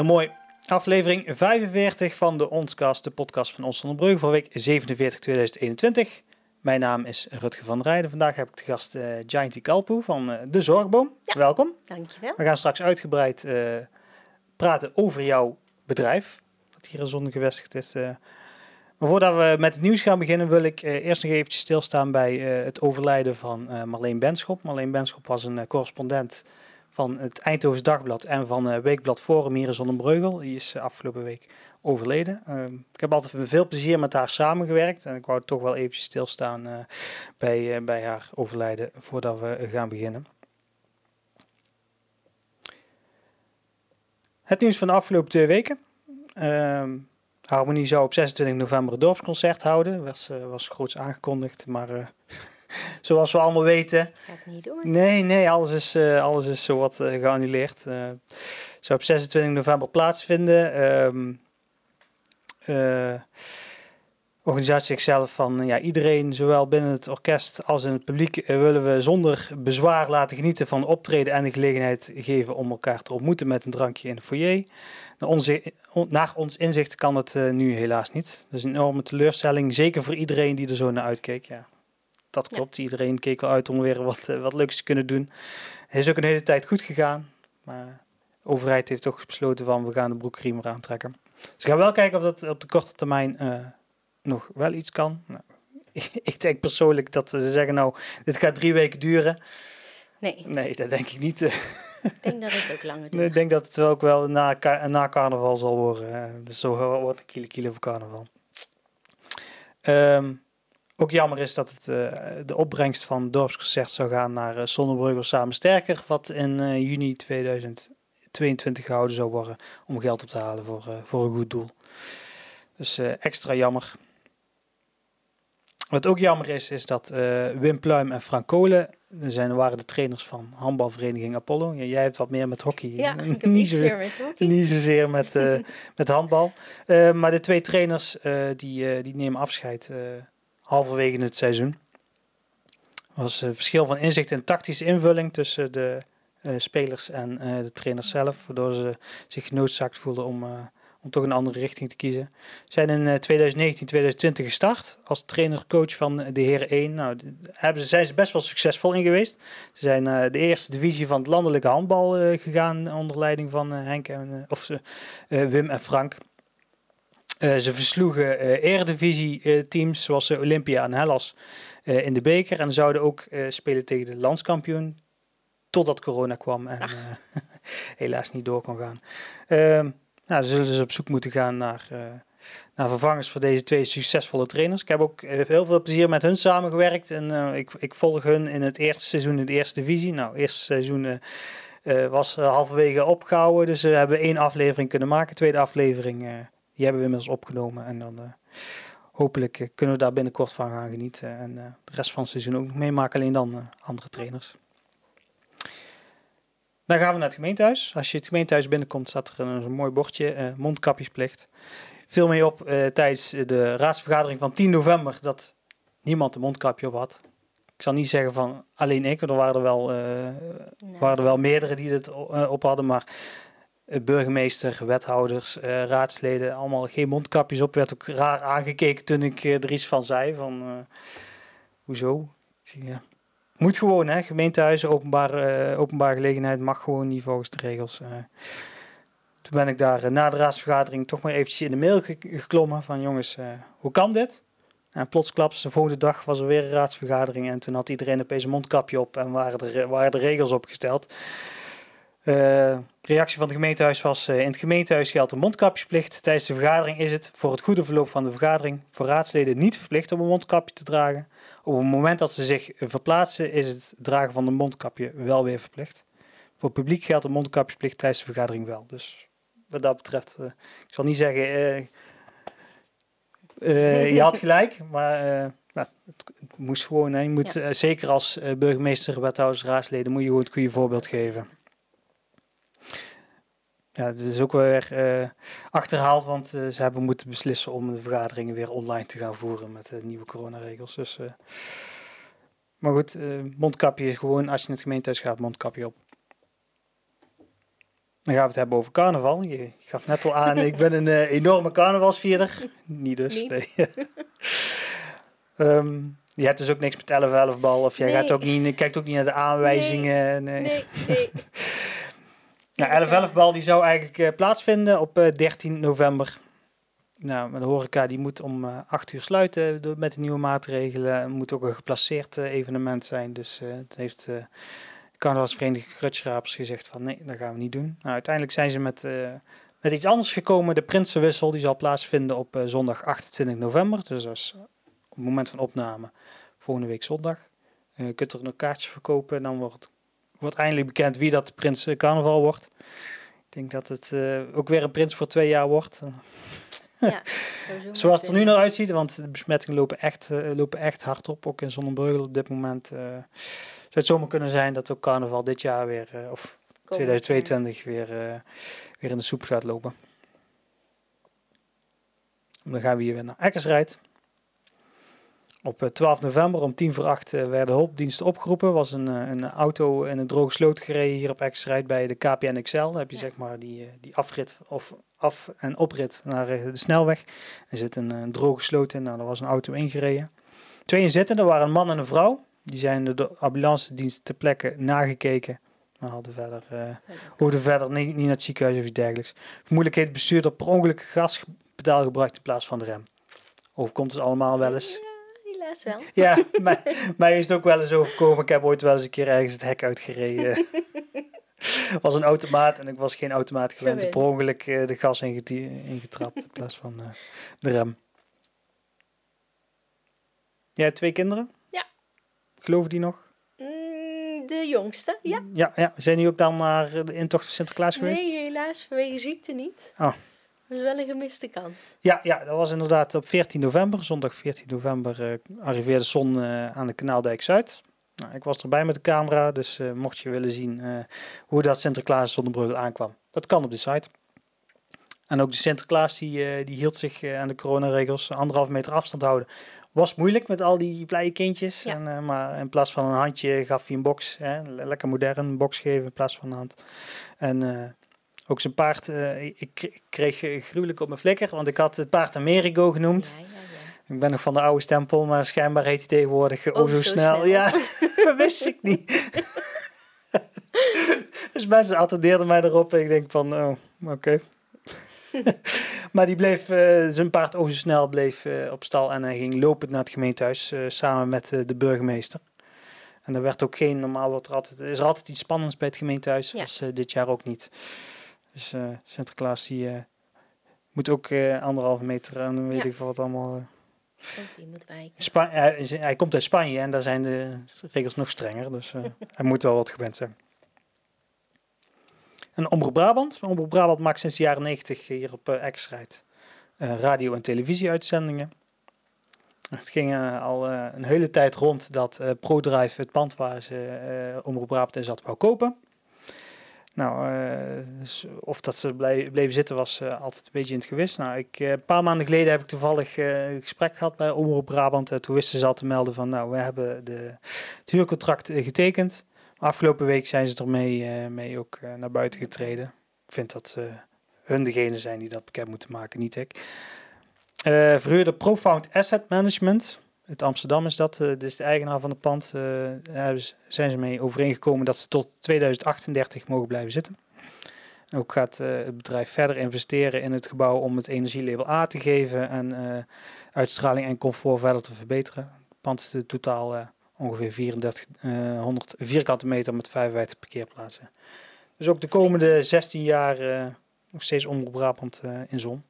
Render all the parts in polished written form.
Heel mooi. Aflevering 45 van de Onscast, de podcast van Ons Zonnebreugel voor week 47 2021. Mijn naam is Rutger van der Rijden. Vandaag heb ik de gast Gianti Kalpoe van De Zorgboom. Ja, welkom. Dankjewel. We gaan straks uitgebreid praten over jouw bedrijf, dat hier in Zonne gevestigd is. Maar voordat we met het nieuws gaan beginnen, wil ik eerst nog eventjes stilstaan bij het overlijden van Marleen Benschop. Marleen Benschop was een correspondent van het Eindhovens Dagblad en van Weekblad Forum hier in Zonnebreugel. Die is afgelopen week overleden. Ik heb altijd met veel plezier met haar samengewerkt en ik wou toch wel eventjes stilstaan bij haar overlijden voordat we gaan beginnen. Het nieuws van de afgelopen 2 weken. Harmonie zou op 26 november een dorpsconcert houden. Was groots aangekondigd, maar zoals we allemaal weten... Gaat niet door. Nee, alles is zowat geannuleerd. Zou op 26 november plaatsvinden. Organisatie zegt zelf van iedereen, zowel binnen het orkest als in het publiek, willen we zonder bezwaar laten genieten van optreden en de gelegenheid geven om elkaar te ontmoeten met een drankje in de foyer. Naar ons inzicht kan het nu helaas niet. Dat is een enorme teleurstelling, zeker voor iedereen die er zo naar uitkeek. Ja, dat klopt. Ja. Iedereen keek al uit om weer wat leuks te kunnen doen. Het is ook een hele tijd goed gegaan, maar de overheid heeft toch besloten van we gaan de broekriem eraan trekken. Dus we gaan wel kijken of dat op de korte termijn nog wel iets kan. Nou, ik denk persoonlijk dat ze zeggen dit gaat 3 weken duren. Nee, dat denk ik niet. Ik denk dat het ook langer duurt. Nee, ik denk dat het ook wel na carnaval zal worden. Dus zo wordt een kiele voor carnaval. Ook jammer is dat het de opbrengst van het dorpsconcert zou gaan naar Zonnebreugel Samen Sterker, wat in juni 2022 gehouden zou worden om geld op te halen voor een goed doel. Dus extra jammer. Wat ook jammer is dat Wim Pluim en Frank Kolen, waren de trainers van handbalvereniging Apollo. Ja, jij hebt wat meer met hockey. Ja, ik heb niet zozeer met handbal. Maar de 2 trainers die nemen afscheid halverwege het seizoen. Er was een verschil van inzicht en tactische invulling tussen de spelers en de trainers zelf, waardoor ze zich genoodzaakt voelden om toch een andere richting te kiezen. Ze zijn in 2019-2020 gestart als trainer-coach van de Heren 1. Nou, zijn ze best wel succesvol in geweest. Ze zijn de eerste divisie van het landelijke handbal gegaan onder leiding van Henk Wim en Frank. Ze versloegen eredivisie teams zoals Olympia en Hellas in de beker en zouden ook spelen tegen de landskampioen totdat corona kwam en helaas niet door kon gaan. Ze zullen dus op zoek moeten gaan naar vervangers voor deze 2 succesvolle trainers. Ik heb ook heel veel plezier met hun samengewerkt en ik volg hun in het eerste seizoen in de eerste divisie. Nou, het eerste seizoen was halverwege opgehouden, dus we hebben 1 aflevering kunnen maken. Tweede aflevering, die hebben we inmiddels opgenomen en dan hopelijk kunnen we daar binnenkort van gaan genieten. En de rest van het seizoen ook nog meemaken, alleen dan andere trainers. Dan gaan we naar het gemeentehuis. Als je het gemeentehuis binnenkomt, staat er een mooi bordje, mondkapjesplicht. Viel mee op tijdens de raadsvergadering van 10 november dat niemand een mondkapje op had. Ik zal niet zeggen van alleen ik, er waren er wel meerdere die het op hadden, maar burgemeester, wethouders, raadsleden, allemaal geen mondkapjes op. Werd ook raar aangekeken toen ik er iets van zei, van hoezo? Ja. Moet gewoon, hè? Gemeentehuizen, openbare gelegenheid mag gewoon niet volgens de regels. Toen ben ik daar na de raadsvergadering toch maar eventjes in de mail geklommen van jongens, hoe kan dit? En plotsklaps, de volgende dag was er weer een raadsvergadering en toen had iedereen opeens een mondkapje op en waren de regels opgesteld. Reactie van het gemeentehuis was, in het gemeentehuis geldt een mondkapjesplicht. Tijdens de vergadering is het voor het goede verloop van de vergadering voor raadsleden niet verplicht om een mondkapje te dragen. Op het moment dat ze zich verplaatsen is het dragen van een mondkapje wel weer verplicht. Voor het publiek geldt een mondkapjesplicht tijdens de vergadering wel. Dus wat dat betreft, ik zal niet zeggen, je had gelijk, maar het moest gewoon. Je moet, zeker als burgemeester, wethouders, raadsleden, moet je gewoon het goede voorbeeld geven. Ja, dit is ook weer achterhaald, want ze hebben moeten beslissen om de vergaderingen weer online te gaan voeren met de nieuwe coronaregels. Dus, maar goed, mondkapje is gewoon, als je in het gemeentehuis gaat, mondkapje op. Dan gaan we het hebben over carnaval. Je gaf net al aan, ik ben een enorme carnavalsvierder. Niet dus, Niet. nee. Je hebt dus ook niks met 11-11 bal. Of jij Nee. gaat ook niet, kijkt ook niet naar de aanwijzingen. Nee. Nee. Nou, 11-11 bal die zou eigenlijk plaatsvinden op 13 november. Nou, de horeca die moet om 8 uur sluiten met de nieuwe maatregelen. Het moet ook een geplaceerd evenement zijn. Dus het heeft carnavalsvereniging Grutschrapers gezegd van nee, dat gaan we niet doen. Nou, uiteindelijk zijn ze met iets anders gekomen. De Prinsenwissel die zal plaatsvinden op zondag 28 november. Dus dat is op het moment van opname volgende week zondag. Je kunt er nog kaartjes verkopen en dan wordt eindelijk bekend wie dat de Prins Carnaval wordt. Ik denk dat het ook weer een prins voor 2 jaar wordt. Ja, Zoals het er nu naar uitziet, want de besmettingen lopen echt hard op. Ook in Zonnebreugel op dit moment. Zou het zomaar kunnen zijn dat ook carnaval dit jaar weer, of 2022 weer in de soep gaat lopen. Dan gaan we hier weer naar Eckersrijd. Op 12 november om 7:50 werden hulpdiensten opgeroepen. Was een auto in een droge sloot gereden hier op Eckersrijd bij de KPN XL. Dan heb je zeg maar die afrit of af- en oprit naar de snelweg. Er zit een droge sloot in. Nou, daar was een auto ingereden. 2 inzittenden waren een man en een vrouw. Die zijn door de ambulance dienst ter plekke nagekeken. Maar hoefden verder niet naar het ziekenhuis of iets dergelijks. Vermoedelijk heeft het bestuurder per ongeluk gaspedaal gebruikt in plaats van de rem. Overkomt dus allemaal wel eens. Ja, helaas wel. Ja, mij is het ook wel eens overkomen. Ik heb ooit wel eens een keer ergens het hek uitgereden. Het was een automaat en ik was geen automaat gewend. Per ongeluk de gas ingetrapt in plaats van de rem. Jij hebt 2 kinderen? Ja. Geloven die nog? De jongste, ja. Ja. Zijn die ook dan naar de intocht van Sinterklaas geweest? Nee, helaas vanwege ziekte niet. Oh. Dat is wel een gemiste kans. Ja, dat was inderdaad op 14 november. Zondag 14 november arriveerde de zon aan de Kanaaldijk Zuid. Nou, ik was erbij met de camera, dus mocht je willen zien hoe dat Sinterklaas Zonnebreugel aankwam. Dat kan op de site. En ook de Sinterklaas die hield zich aan de coronaregels. 1,5 meter afstand houden. Was moeilijk met al die blije kindjes. Ja. Maar in plaats van een handje gaf hij een box. Lekker modern, een box geven in plaats van een hand. En ook zijn paard, ik kreeg gruwelijk op mijn flikker. Want ik had het paard Amerigo genoemd. Ja. Ik ben nog van de oude stempel, maar schijnbaar heet hij tegenwoordig zo snel. Ja, dat wist ik niet. Dus mensen attendeerden mij erop en ik denk van, oh, oké. Maar die bleef, zijn paard zo snel bleef op stal en hij ging lopend naar het gemeentehuis samen met de burgemeester. En er werd ook geen normaal, is er altijd iets spannends bij het gemeentehuis, Ja. was dit jaar ook niet. Dus Sinterklaas die moet ook 1,5 meter en dan weet ik veel wat allemaal. Die moet wijken. Hij komt uit Spanje en daar zijn de regels nog strenger, dus hij moet wel wat gewend zijn. En Omroep Brabant. Omroep Brabant maakt sinds de jaren 90 hier op Eckersrijd radio- en televisieuitzendingen. Het ging al een hele tijd rond dat ProDrive het pand waar ze Omroep Brabant in zat wou kopen. Nou, dus of dat ze bleven zitten was altijd een beetje in het gewist. Nou, een paar maanden geleden heb ik toevallig een gesprek gehad bij Omroep Brabant. Toen wisten ze al te melden van, nou, we hebben het huurcontract getekend. Maar afgelopen week zijn ze ermee ook naar buiten getreden. Ik vind dat hun degene zijn die dat bekend moeten maken, niet ik. Verhuurder Profound Asset Management. Uit Amsterdam is dat. Dit is de eigenaar van het pand. Zijn ze mee overeengekomen dat ze tot 2038 mogen blijven zitten. En ook gaat het bedrijf verder investeren in het gebouw om het energielabel A te geven en uitstraling en comfort verder te verbeteren. Het pand is totaal ongeveer 3400 vierkante meter met 55 parkeerplaatsen. Dus ook de komende 16 jaar nog steeds Omroep Brabant in zon.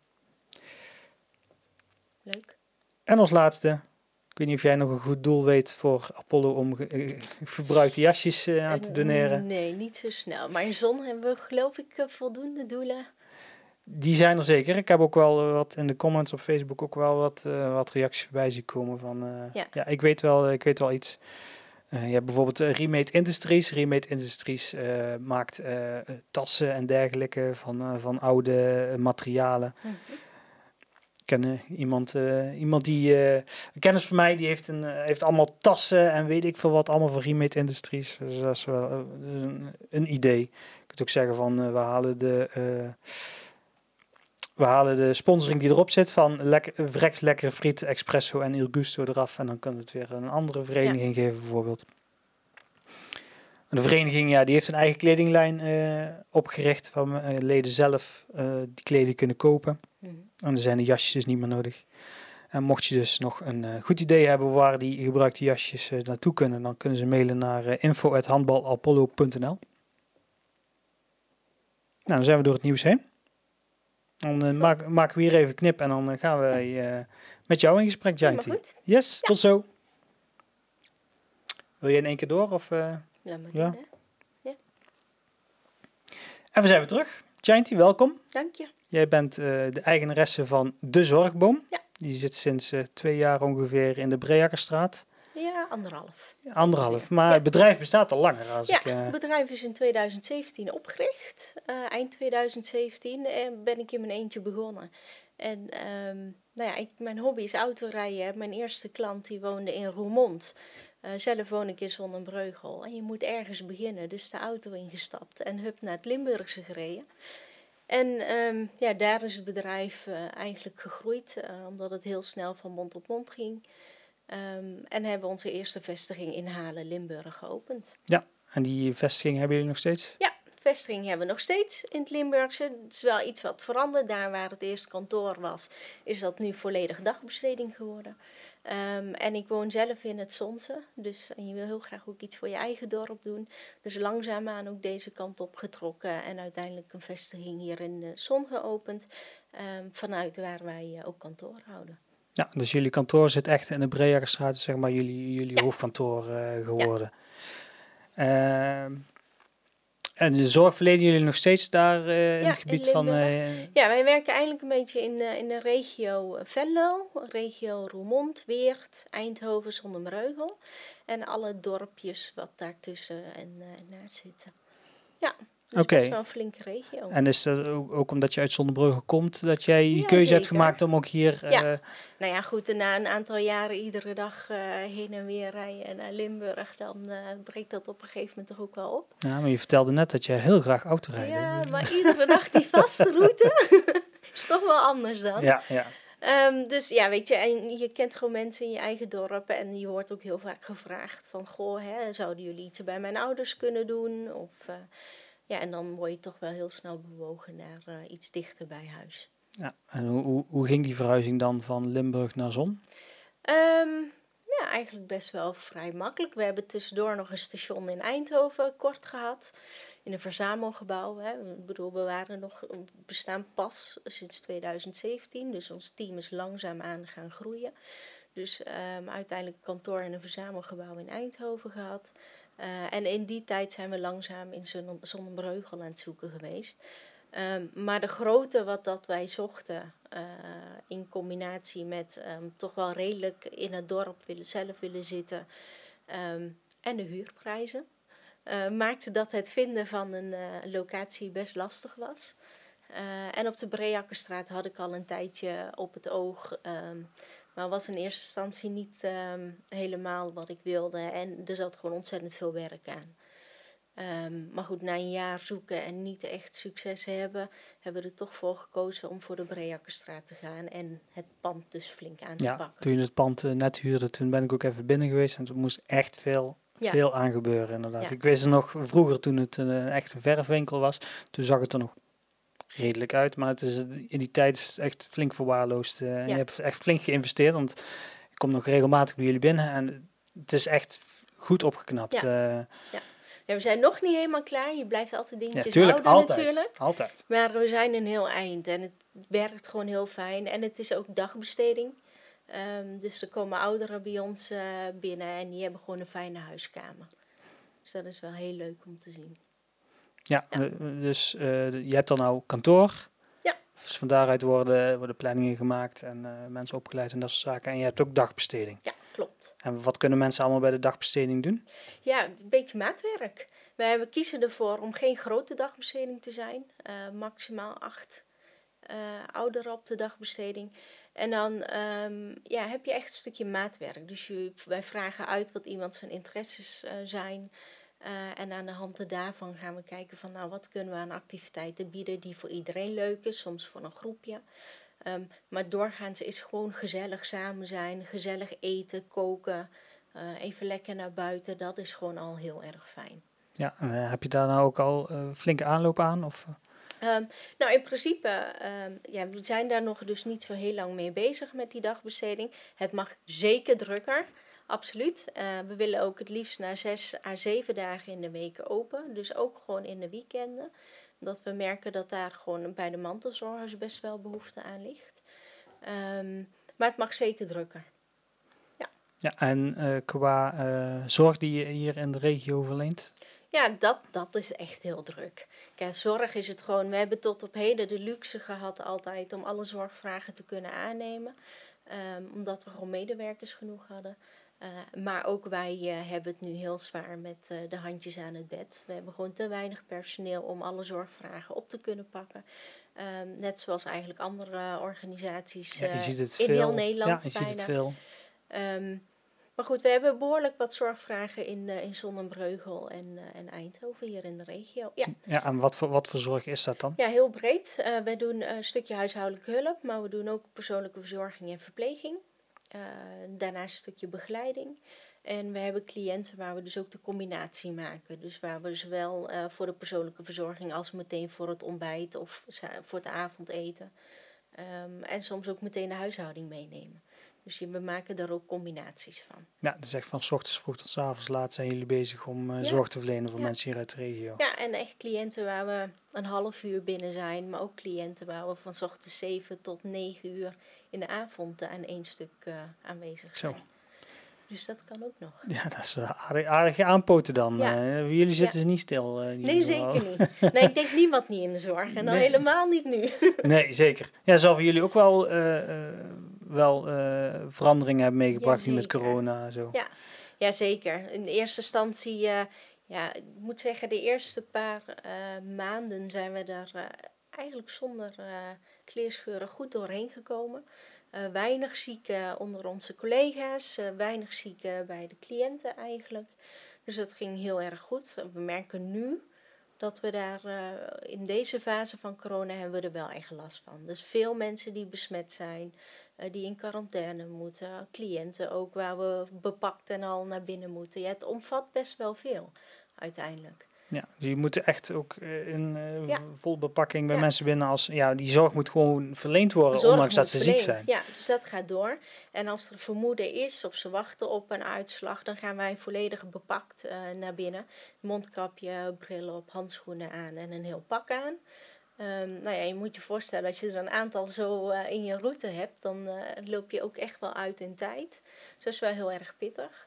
Leuk. En als laatste, ik weet niet of jij nog een goed doel weet voor Apollo om verbruikte jasjes aan te doneren. Nee, niet zo snel. Maar in zon hebben we geloof ik voldoende doelen. Die zijn er zeker. Ik heb ook wel wat in de comments op Facebook ook wel wat reacties voorbij zien komen van ja, ik weet wel iets. Je hebt bijvoorbeeld Remade Industries. Remade Industries maakt tassen en dergelijke van oude materialen. Mm-hmm. Ik ken iemand die, een kennis van mij, die heeft allemaal tassen en weet ik veel wat, allemaal van Remade Industries. Dus dat is wel een idee. kunt ook zeggen van we halen de sponsoring die erop zit van Vrex Lekkere Friet, Expresso en Il Gusto eraf. En dan kunnen we het weer een andere vereniging geven bijvoorbeeld. En de vereniging die heeft een eigen kledinglijn opgericht waar leden zelf die kleding kunnen kopen. En dan zijn de jasjes dus niet meer nodig. En mocht je dus nog een goed idee hebben waar die gebruikte jasjes naartoe kunnen, dan kunnen ze mailen naar info@handbalapollo.nl. Nou, dan zijn we door het nieuws heen. Dan maken we hier even knip en dan gaan wij met jou in gesprek, Jainty. Goed. Yes, tot zo. Wil je in één keer door? Of, Laat maar doen, hè. Ja. En we zijn weer terug. Jainty, welkom. Dank je. Jij bent de eigenaresse van De Zorgboom. Ja. Die zit sinds 2 jaar ongeveer in de Breakkerstraat. Ja, 1,5. 1,5. Maar het bedrijf bestaat al langer. Het bedrijf is in 2017 opgericht. Eind 2017 ben ik in mijn eentje begonnen. En mijn hobby is autorijden. Mijn eerste klant die woonde in Roermond. Zelf woon ik in Zonnebreugel. En je moet ergens beginnen. Dus de auto ingestapt en hup naar het Limburgse gereden. En daar is het bedrijf eigenlijk gegroeid. Omdat het heel snel van mond op mond ging. En hebben we onze eerste vestiging in Halen, Limburg, geopend. Ja, en die vestiging hebben jullie nog steeds? Ja, vestiging hebben we nog steeds in het Limburgse. Het is wel iets wat veranderd. Daar waar het eerst kantoor was, is dat nu volledig dagbesteding geworden. En ik woon zelf in het Zonse. En je wil heel graag ook iets voor je eigen dorp doen. Dus langzaamaan ook deze kant op getrokken. En uiteindelijk een vestiging hier in de Zon geopend. Vanuit waar wij ook kantoor houden. Ja, dus jullie kantoor zit echt in de Breakkerstraat, zeg maar jullie hoofdkantoor geworden. Ja. En de zorg verlenen jullie nog steeds daar in het gebied van... Ja, wij werken eigenlijk een beetje in de regio Venlo, regio Roermond, Weert, Eindhoven, Zonnebreugel. En alle dorpjes wat daartussen en naar zitten. Ja. Dus best wel een flinke regio. En is dat ook omdat je uit Zonnebreugel komt, dat jij je keuze hebt gemaakt om ook hier... Nou ja, goed, en na een aantal jaren iedere dag heen en weer rijden naar Limburg, dan breekt dat op een gegeven moment toch ook wel op. Ja, maar je vertelde net dat je heel graag autorijdt. Ja, maar iedere dag die vaste route is toch wel anders dan. Ja. Dus ja, weet je, en je kent gewoon mensen in je eigen dorp en je wordt ook heel vaak gevraagd van, goh, zouden jullie iets bij mijn ouders kunnen doen? Of... en dan word je toch wel heel snel bewogen naar iets dichter bij huis. Ja, en hoe ging die verhuizing dan van Limburg naar Zon? Eigenlijk best wel vrij makkelijk. We hebben tussendoor nog een station in Eindhoven kort gehad. In een verzamelgebouw. We bestaan pas sinds 2017. Dus ons team is langzaamaan gaan groeien. Dus uiteindelijk kantoor in een verzamelgebouw in Eindhoven gehad. En in die tijd zijn we langzaam in Zonnebreugel aan het zoeken geweest. Maar de grootte wat dat wij zochten, in combinatie met toch wel redelijk in het dorp zelf willen zitten en de huurprijzen, maakte dat het vinden van een locatie best lastig was. En op de Breakkerstraat had ik al een tijdje op het oog, maar was in eerste instantie niet helemaal wat ik wilde. En er zat gewoon ontzettend veel werk aan. Maar goed, na een jaar zoeken en niet echt succes hebben we er toch voor gekozen om voor de Breakkerstraat te gaan en het pand dus flink aan te pakken. Toen je het pand net huurde, toen ben ik ook even binnen geweest en er moest echt veel aan gebeuren inderdaad. Ik weet nog vroeger toen het echt een verfwinkel was, toen zag het er nog redelijk uit, maar het is in die tijd is het echt flink verwaarloosd. Je hebt echt flink geïnvesteerd, want ik kom nog regelmatig bij jullie binnen en het is echt goed opgeknapt. Ja, we zijn nog niet helemaal klaar. Je blijft altijd dingetjes houden natuurlijk. Altijd. Maar we zijn een heel eind en het werkt gewoon heel fijn. En het is ook dagbesteding. Dus er komen ouderen bij ons binnen en die hebben gewoon een fijne huiskamer. Dus dat is wel heel leuk om te zien. Ja. Dus je hebt dan nou kantoor. Ja. Dus van daaruit worden planningen gemaakt en mensen opgeleid en dat soort zaken. En je hebt ook dagbesteding. Ja, klopt. En wat kunnen mensen allemaal bij de dagbesteding doen? Ja, een beetje maatwerk. We kiezen ervoor om geen grote dagbesteding te zijn. Maximaal 8 ouderen op de dagbesteding. En dan heb je echt een stukje maatwerk. Dus wij vragen uit wat iemand zijn interesses zijn. En aan de hand daarvan gaan we kijken van nou, wat kunnen we aan activiteiten bieden die voor iedereen leuk is, soms voor een groepje. Maar doorgaans is gewoon gezellig samen zijn, gezellig eten, koken, even lekker naar buiten. Dat is gewoon al heel erg fijn. Ja, en heb je daar nou ook al flinke aanloop aan? Of? Nou, in principe, we zijn daar nog dus niet zo heel lang mee bezig met die dagbesteding. Het mag zeker drukker, absoluut. We willen ook het liefst naar 6 à 7 dagen in de week open. Dus ook gewoon in de weekenden. Omdat we merken dat daar gewoon bij de mantelzorgers best wel behoefte aan ligt. Maar het mag zeker drukker. Ja, en qua zorg die je hier in de regio verleent? Ja, dat is echt heel druk. Kijk, zorg is het gewoon. We hebben tot op heden de luxe gehad altijd om alle zorgvragen te kunnen aannemen. Omdat we gewoon medewerkers genoeg hadden. Maar ook wij hebben het nu heel zwaar met de handjes aan het bed. We hebben gewoon te weinig personeel om alle zorgvragen op te kunnen pakken. Net zoals eigenlijk andere organisaties Ja, je ziet het in veel. heel Nederland Ja, je bijna. ziet het veel. Maar goed, we hebben behoorlijk wat zorgvragen in Zonnebreugel en Eindhoven hier in de regio. Ja, Ja, en wat voor zorg is dat dan? ja, heel breed. Wij doen een stukje huishoudelijke hulp, maar we doen ook persoonlijke verzorging en verpleging. Daarnaast een stukje begeleiding. En we hebben cliënten waar we dus ook de combinatie maken. Dus waar we zowel voor de persoonlijke verzorging als meteen voor het ontbijt of voor het avondeten. En soms ook meteen de huishouding meenemen. Dus we maken daar ook combinaties van. Ja, dus echt van 's ochtends vroeg tot 's avonds laat zijn jullie bezig om Ja. zorg te verlenen voor Ja. mensen hier uit de regio. Ja, en echt cliënten waar we een half uur binnen zijn. Maar ook cliënten waar we van 's ochtends 7 tot 9 uur in de avond aan één stuk aanwezig zijn. Zo. Dus dat kan ook nog. Ja, dat is aardig aanpoten dan. Ja. Voor jullie zitten ze niet stil. Nee, zeker niet. Nee, ik denk niemand niet in de zorg. En dan Nee. helemaal niet nu. Nee, zeker. Ja, zal voor jullie ook wel veranderingen hebben meegebracht nu met zeker. corona. Zo. Ja, zeker. In de eerste instantie, ik moet zeggen, de eerste paar maanden zijn we daar eigenlijk zonder kleerscheuren goed doorheen gekomen. Weinig zieken onder onze collega's, weinig zieken bij de cliënten eigenlijk. Dus dat ging heel erg goed. We merken nu dat we daar in deze fase van corona hebben we er wel echt last van. Dus veel mensen die besmet zijn, die in quarantaine moeten, cliënten ook waar we bepakt en al naar binnen moeten. Ja, het omvat best wel veel uiteindelijk. Ja, dus je moet echt ook in Ja. vol bepakking bij Ja. mensen binnen als die zorg moet gewoon verleend worden, Zorg ondanks dat moet ze ziek verleend. zijn. Ja, dus dat gaat door. En als er vermoeden is of ze wachten op een uitslag, dan gaan wij volledig bepakt naar binnen. Mondkapje, bril op, handschoenen aan en een heel pak aan. Je moet je voorstellen, als je er een aantal zo in je route hebt, dan loop je ook echt wel uit in tijd. Dus dat is wel heel erg pittig.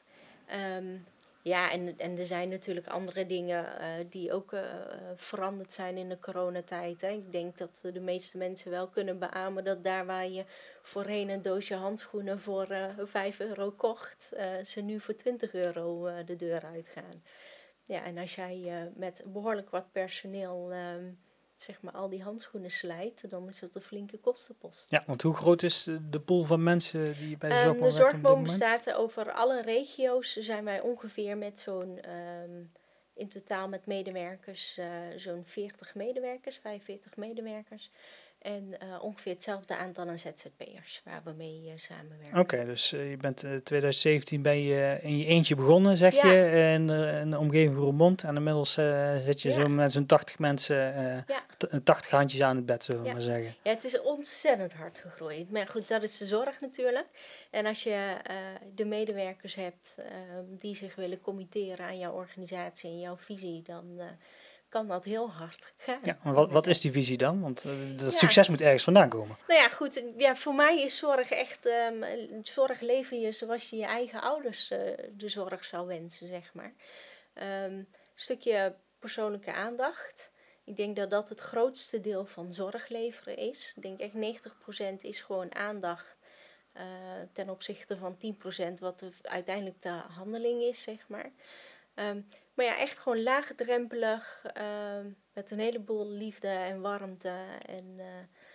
En er zijn natuurlijk andere dingen die ook veranderd zijn in de coronatijd. Hè. Ik denk dat de meeste mensen wel kunnen beamen dat daar waar je voorheen een doosje handschoenen voor €5 kocht, ze nu voor €20 de deur uitgaan. Ja, en als jij met behoorlijk wat personeel al die handschoenen slijt, dan is dat een flinke kostenpost. Ja, want hoe groot is de pool van mensen die bij de zorgboom De werken op dit zorgboom moment? bestaat over alle regio's. Zijn wij ongeveer met zo'n, in totaal met medewerkers, zo'n 40 medewerkers, 45 medewerkers. En ongeveer hetzelfde aantal aan ZZP'ers waar we mee samenwerken. Oké, dus je bent 2017 ben je in je eentje begonnen, zeg Ja. je, in de omgeving van Roermond. En inmiddels zit je Ja. zo met zo'n 80 mensen, Ja. 80 handjes aan het bed, zullen we Ja. maar zeggen. Ja, het is ontzettend hard gegroeid. Maar goed, dat is de zorg natuurlijk. En als je de medewerkers hebt die zich willen committeren aan jouw organisatie en jouw visie, dan kan dat heel hard gaan. Ja, maar wat is die visie dan? Want dat Ja. succes moet ergens vandaan komen. Nou ja, goed. Ja, voor mij is zorg echt... zorg leven je zoals je je eigen ouders de zorg zou wensen, zeg maar. Een stukje persoonlijke aandacht. Ik denk dat dat het grootste deel van zorg leveren is. Ik denk echt 90% is gewoon aandacht ten opzichte van 10% wat uiteindelijk de handeling is, zeg maar. Maar ja, echt gewoon laagdrempelig, met een heleboel liefde en warmte. En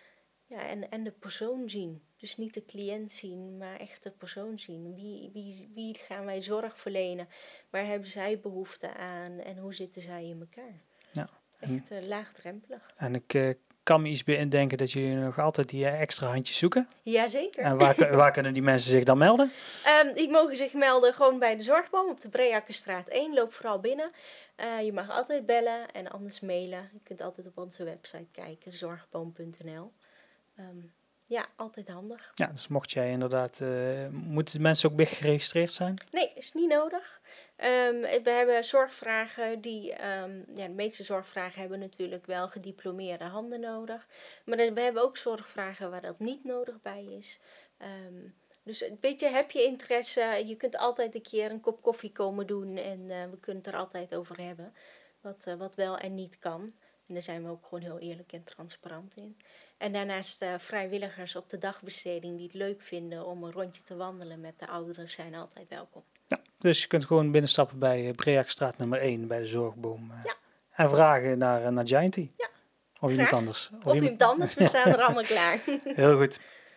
en de persoon zien. Dus niet de cliënt zien, maar echt de persoon zien. Wie gaan wij zorg verlenen? Waar hebben zij behoefte aan? En hoe zitten zij in elkaar? Ja. Echt laagdrempelig. En ik kan me iets bij indenken dat jullie nog altijd die extra handjes zoeken. Jazeker. En waar kunnen die mensen zich dan melden? Die mogen zich melden gewoon bij de Zorgboom op de Breakkerstraat 1. Loop vooral binnen. Je mag altijd bellen en anders mailen. Je kunt altijd op onze website kijken, zorgboom.nl. Ja, altijd handig. Ja, dus mocht jij inderdaad... moeten de mensen ook weer geregistreerd zijn? Nee, is niet nodig. We hebben zorgvragen die... de meeste zorgvragen hebben natuurlijk wel gediplomeerde handen nodig. Maar we hebben ook zorgvragen waar dat niet nodig bij is. Dus weet je, heb je interesse? Je kunt altijd een keer een kop koffie komen doen. En we kunnen het er altijd over hebben. Wat wel en niet kan. En daar zijn we ook gewoon heel eerlijk en transparant in. En daarnaast vrijwilligers op de dagbesteding die het leuk vinden om een rondje te wandelen met de ouderen zijn altijd welkom. Ja, dus je kunt gewoon binnenstappen bij Breakstraat nummer 1 bij de Zorgboom. Ja. En vragen naar Gianty. Ja. Of iemand Graag. anders. Of iemand anders, we staan er allemaal klaar. Heel goed.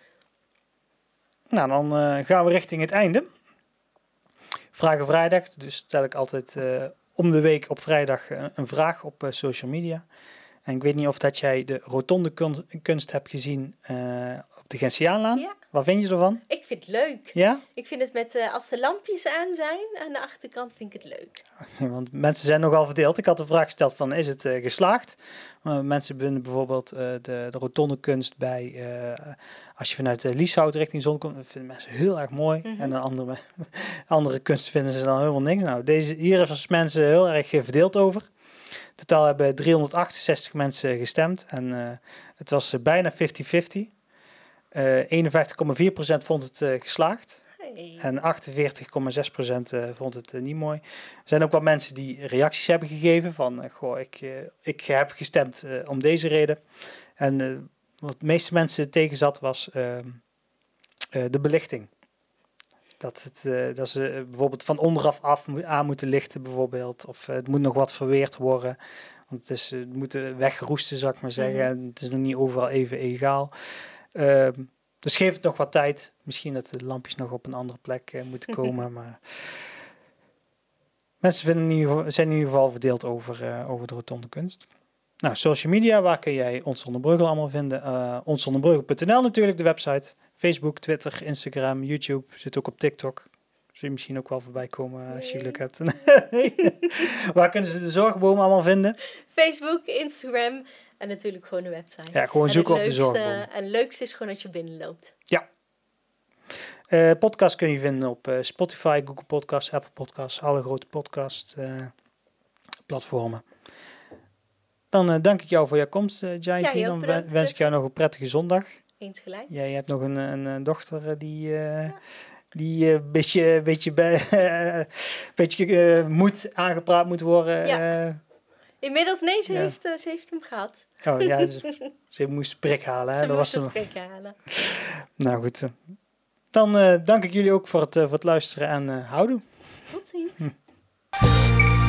Nou, dan gaan we richting het einde. Vragen vrijdag. Dus stel ik altijd om de week op vrijdag een vraag op social media. En ik weet niet of dat jij de rotonde kunst hebt gezien op de Gentiaanlaan. Ja. Wat vind je ervan? Ik vind het leuk. Ja? Ik vind het als de lampjes aan zijn aan de achterkant, vind ik het leuk. Want mensen zijn nogal verdeeld. Ik had de vraag gesteld van, is het geslaagd? Mensen vinden bijvoorbeeld de rotonde kunst bij... als je vanuit Lieshout richting zon komt, dat vinden mensen heel erg mooi. Mhm. En dan andere kunst vinden ze dan helemaal niks. Nou, hier is mensen heel erg verdeeld over. In totaal hebben 368 mensen gestemd. En het was bijna 50-50. 51,4% vond het geslaagd. Hey. En 48,6% vond het niet mooi. Er zijn ook wat mensen die reacties hebben gegeven van... ik heb gestemd om deze reden. En wat de meeste mensen tegen zat was de belichting. Dat ze bijvoorbeeld van onderaf aan moeten lichten bijvoorbeeld. Of het moet nog wat verweerd worden. Want het moet wegroesten, zou ik maar zeggen. Mhm. En het is nog niet overal even egaal. Dus geef het nog wat tijd. Misschien dat de lampjes nog op een andere plek moeten komen. Maar mensen zijn in ieder geval verdeeld over de rotonde kunst. Nou, social media, waar kun jij Ons Zonder Breugel allemaal vinden? Onszonderbreugel.nl natuurlijk, de website. Facebook, Twitter, Instagram, YouTube. Zit ook op TikTok. Zul je misschien ook wel voorbij komen als je geluk hebt. Nee. Waar kunnen ze de Zorgboom allemaal vinden? Facebook, Instagram en natuurlijk gewoon de website. Ja, gewoon zoeken op de Zorgboom. En het leukste is gewoon dat je binnenloopt. Podcast kun je vinden op Spotify, Google Podcasts, Apple Podcasts, alle grote podcast platformen. Dan dank ik jou voor je komst, Gianty. Ja, Dan bedankt. wens ik jou nog een prettige zondag. Eens gelijk. Jij hebt nog een dochter die een beetje aangepraat moet worden. Ja. Inmiddels, nee, ze Ja. heeft hem gehad. Oh ja, dus ze moest prik halen. Hè? Ze Dat moest was een hem. prik halen. Nou goed. Dan dank ik jullie ook voor het luisteren en houdoe. Tot ziens.